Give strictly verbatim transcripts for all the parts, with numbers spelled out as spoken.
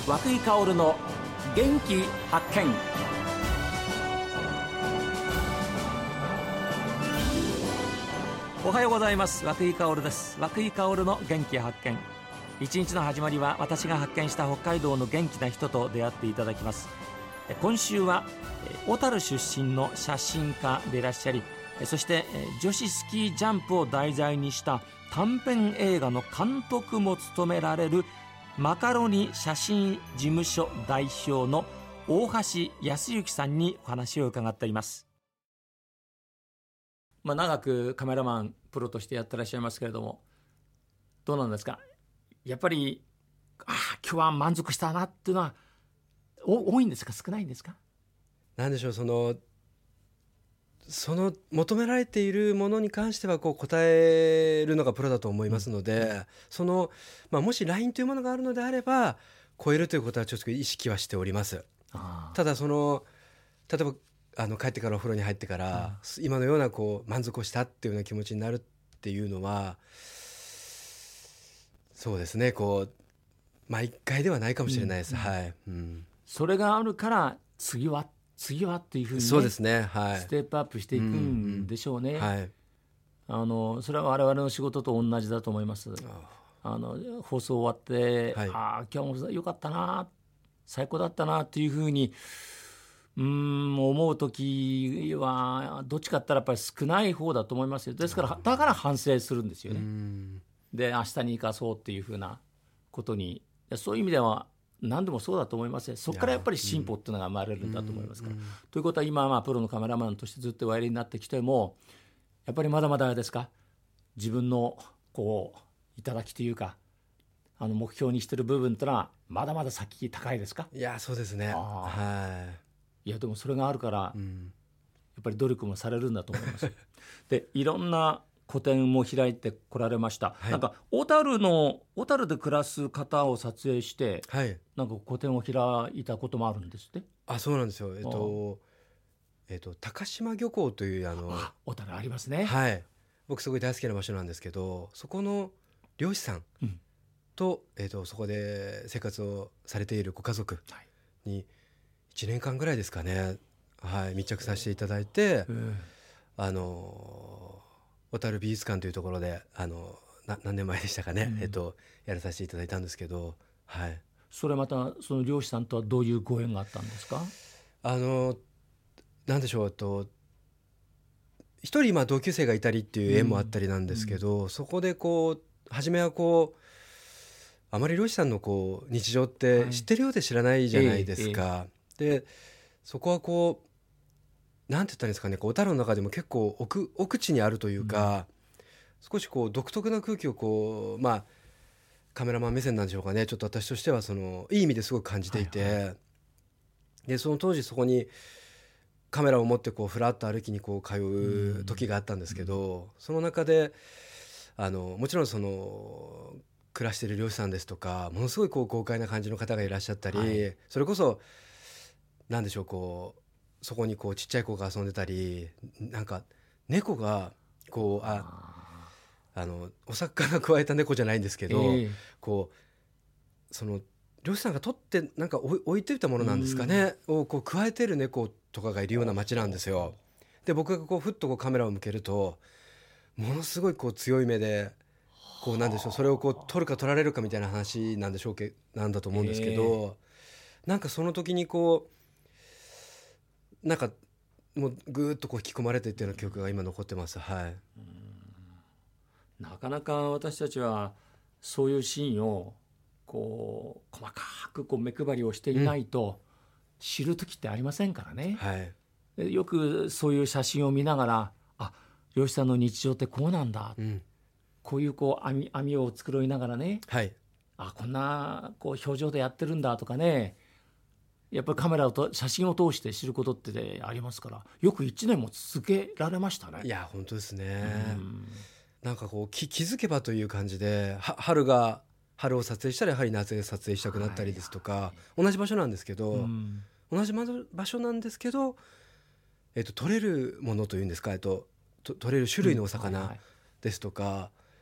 和久井薫の元気発見。おはようございます。和久井薫です。和久井薫の元気発見。一日の始まりは私が発見した北海道の元気な人と出会っていただきます。今週は小樽出身の写真家でいらっしゃり、そして女子スキージャンプを題材にした短編映画の監督も務められるマカロニ写真事務所代表の大橋康之さんにお話を伺っています。まあ、長くカメラマンプロとしてやってらっしゃいますけれども、どうなんですか？やっぱりああ今日は満足したなっていうのはお多いんですか、少ないんですか？ なんでしょう、そのその求められているものに関してはこう答えるのがプロだと思いますので、うん、その、まあ、もしラインというものがあるのであれば超えるということはちょっと意識はしております。ただその例えばあの帰ってからお風呂に入ってから、うん、今のようなこう満足をしたっていうような気持ちになるっていうのはそうですね、こう毎回ではないかもしれないです、うんはい、うん、 それがあるから次は次はっていうふうに、ね、 そうですね、はい、 ステップアップしていくんでしょうね、 うんうんはい、 あのそれは我々の仕事と同じだと思います。あの放送終わって、はい、あ今日も良かったな最高だったなっていうふうにうーん思う時はどっちかって言ったらやっぱり少ない方だと思いますよ。ですからだから反省するんですよね。うんで明日に生かそうっていうふうなことに、そういう意味では何でもそうだと思いますよ。そこからやっぱり進歩っていうのが生まれるんだと思いますから、うん、ということは今はまあプロのカメラマンとしてずっとおやりになってきてもやっぱりまだまだですか、自分のこう頂きというかあの目標にしてる部分ってのはまだまだ先高いですか？ いやそうですね、はい、 いやでもそれがあるから、うん、やっぱり努力もされるんだと思いますでいろんな個展も開いてこられました、はい、なんか小樽の小樽で暮らす方を撮影して、はい、なんか個展を開いたこともあるんですって。 あそうなんですよ、えっとえっと、高島漁港というあのあ小樽ありますね、 はい、僕すごい大好きな場所なんですけど、そこの漁師さんと、うんえっと、そこで生活をされているご家族にいちねんかんぐらいですかね、はい、密着させていただいて、あの小樽美術館というところであのな何年前でしたかね、うんえっと、やらさせていただいたんですけど、はい、 それまたその漁師さんとはどういうご縁があったんですか？ あのなんでしょうと一人まあ同級生がいたりっていう縁もあったりなんですけど、うん、そこでこう初めはこうあまり漁師さんのこう日常って知ってるようで知らないじゃないですか、はいええ、でそこはこうなんて言ったらいいんですかね、こう小樽の中でも結構 奥, 奥地にあるというか、うん、少しこう独特な空気をこうまあカメラマン目線なんでしょうかね、ちょっと私としてはそのいい意味ですごく感じていて、はいはい、でその当時そこにカメラを持ってこうふらっと歩きにこう通う時があったんですけど、うん、その中であのもちろんその暮らしている漁師さんですとかものすごいこう豪快な感じの方がいらっしゃったり、はい、それこそなんでしょうこうそこにこうちっちゃい子が遊んでたり、なんか猫がこうああのお魚くわえた猫じゃないんですけど、えー、こうその漁師さんが取ってなんか置いていたものなんですかね、をこうくわえてる猫とかがいるような街なんですよ。で僕がこうふっとこうカメラを向けるとものすごいこう強い目でこうなんでしょう、それをこう取るか取られるかみたいな話なんでしょうけなんだと思うんですけど、えー、なんかその時にこうなんかもうぐーっとこう引き込まれていっていうような記憶が今残ってます、はい、 うんなかなか私たちはそういうシーンをこう細かくこう目配りをしていないと知る時ってありませんからね、うんはい、よくそういう写真を見ながらあ漁師さんの日常ってこうなんだ、うん、こういうこう 網, 網を繕いながらね、はい、あこんなこう表情でやってるんだとかね、やっぱりカメラをと写真を通して知ることってありますから、よくいちねんも続けられましたね。 いや本当ですね、うん、なんかこう 気, 気づけばという感じでは春が春を撮影したらやはり夏で撮影したくなったりですとか、はいはい、同じ場所なんですけど、うん、同じ場所なんですけど、えっと、取れるものというんですか、えっと、と取れる種類のお魚ですとか、うんはいはい、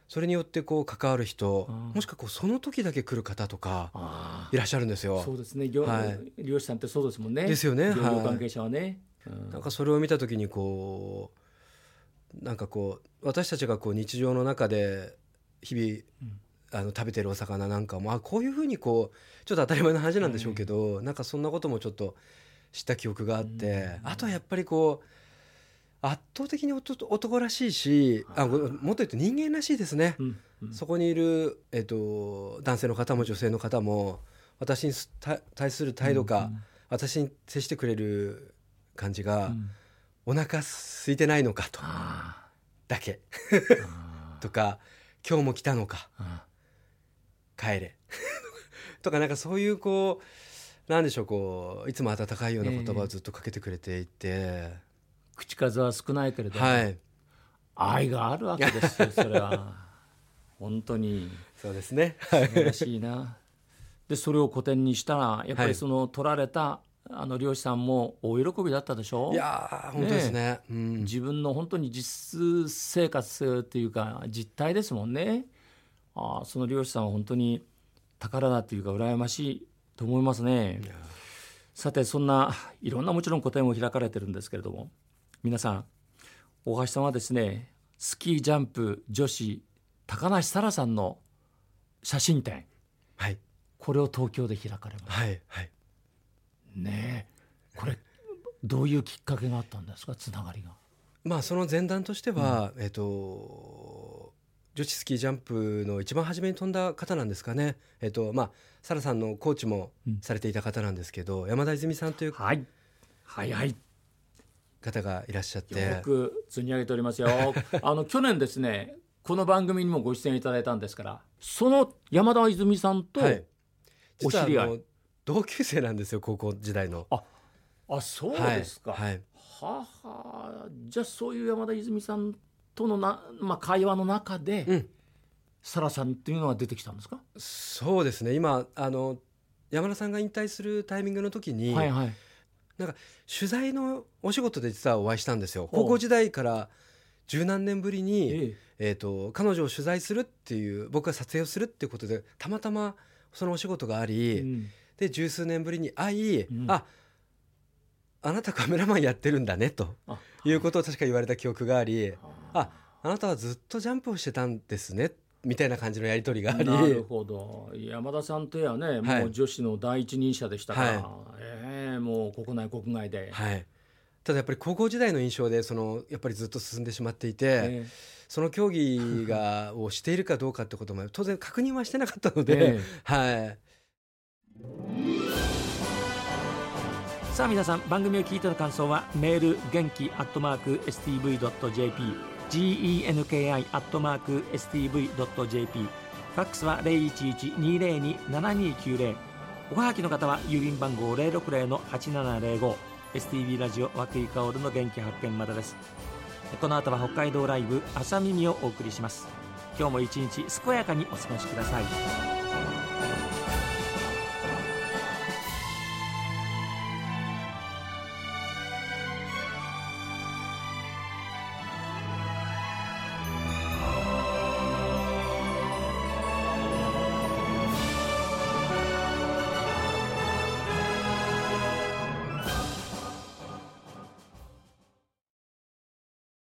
それによってこう関わる人、もしくはこうその時だけ来る方とかいらっしゃるんですよ。 そうですね、漁、はい、漁師さんってそうですもんね。 ですよね。 漁業関係者はね、 はい、うん、なんかそれを見た時にこうなんかこう私たちがこう日常の中で日々、うんあの食べてるお魚なんかもあこういうふうにこうちょっと当たり前の話なんでしょうけど、うん、なんかそんなこともちょっと知った記憶があって、うん、あとはやっぱりこう圧倒的に男らしいし、あもっと言うと人間らしいですね、うんうん、そこにいる、えっと、男性の方も女性の方も私に対する態度か、うんうん、私に接してくれる感じが、うん、お腹空いてないのかとだけとか今日も来たのか帰れとかなんかそういうこうなんでしょうこういつも温かいような言葉をずっとかけてくれていて、えー、口数は少ないけれども、 はい、 愛があるわけですよそれは本当にそうですね素晴らしいなでそれを古典にしたらやっぱりその取られたあの漁師さんも大喜びだったでしょ。 いや本当ですね、ね、 うん、自分の本当に実生活っていうか実態ですもんね。あその漁師さんは本当に宝だというか羨ましいと思いますね。さてそんないろんなもちろん個展を開かれてるんですけれども、皆さん大橋さんはですねスキージャンプ女子高梨沙羅さんの写真展、 はい、 これを東京で開かれます、 はいはい、 ねえこれどういうきっかけがあったんですか、つながりが。 まあその前段としては、うん、えっと女子スキージャンプの一番初めに飛んだ方なんですかね、えっとまあ沙羅さんのコーチもされていた方なんですけど、うん、山田泉さんという、 はい、はいはい方がいらっしゃって、 よく積み上げておりますよあの去年ですねこの番組にもご出演いただいたんですから、その山田泉さんとお知り合い、はい、 同級生なんですよ高校時代の。 ああそうですか、 はいはい、 ははじゃあそういう山田泉さんとのな、まあ、会話の中で、うん、沙羅さんっていうのは出てきたんですか。 そうですね、今あの山田さんが引退するタイミングの時に、はいはい、なんか取材のお仕事で実はお会いしたんですよ。高校時代から十何年ぶりに、えええー、と彼女を取材するっていう僕が撮影をするっていうことでたまたまそのお仕事があり、うん、で十数年ぶりに会い、うん、ああなたカメラマンやってるんだねということを確か言われた記憶があり、ああなたはずっとジャンプをしてたんですねみたいな感じのやり取りがあり。 なるほど。山田さんといえばね、もう女子の第一人者でしたから、はいえー、もう国内国外で、 はい、ただやっぱり高校時代の印象でそのやっぱりずっと進んでしまっていて、えー、その競技がをしているかどうかってことも当然確認はしてなかったので、えー、はい。 さあ皆さん番組を聞いての感想はメール元気アットマーク エスティーブイドットジェーピー genki アットマーク エスティーブイドットジェーピー ファックスは ゼロいちいち にゼロに ななにきゅうゼロ、 おはがきの方は郵便番号 ゼロろくゼロのはちななゼロご エスティービー ラジオ和久井薫の元気発見までです。この後は北海道ライブ朝耳をお送りします。今日も一日健やかにお過ごしください。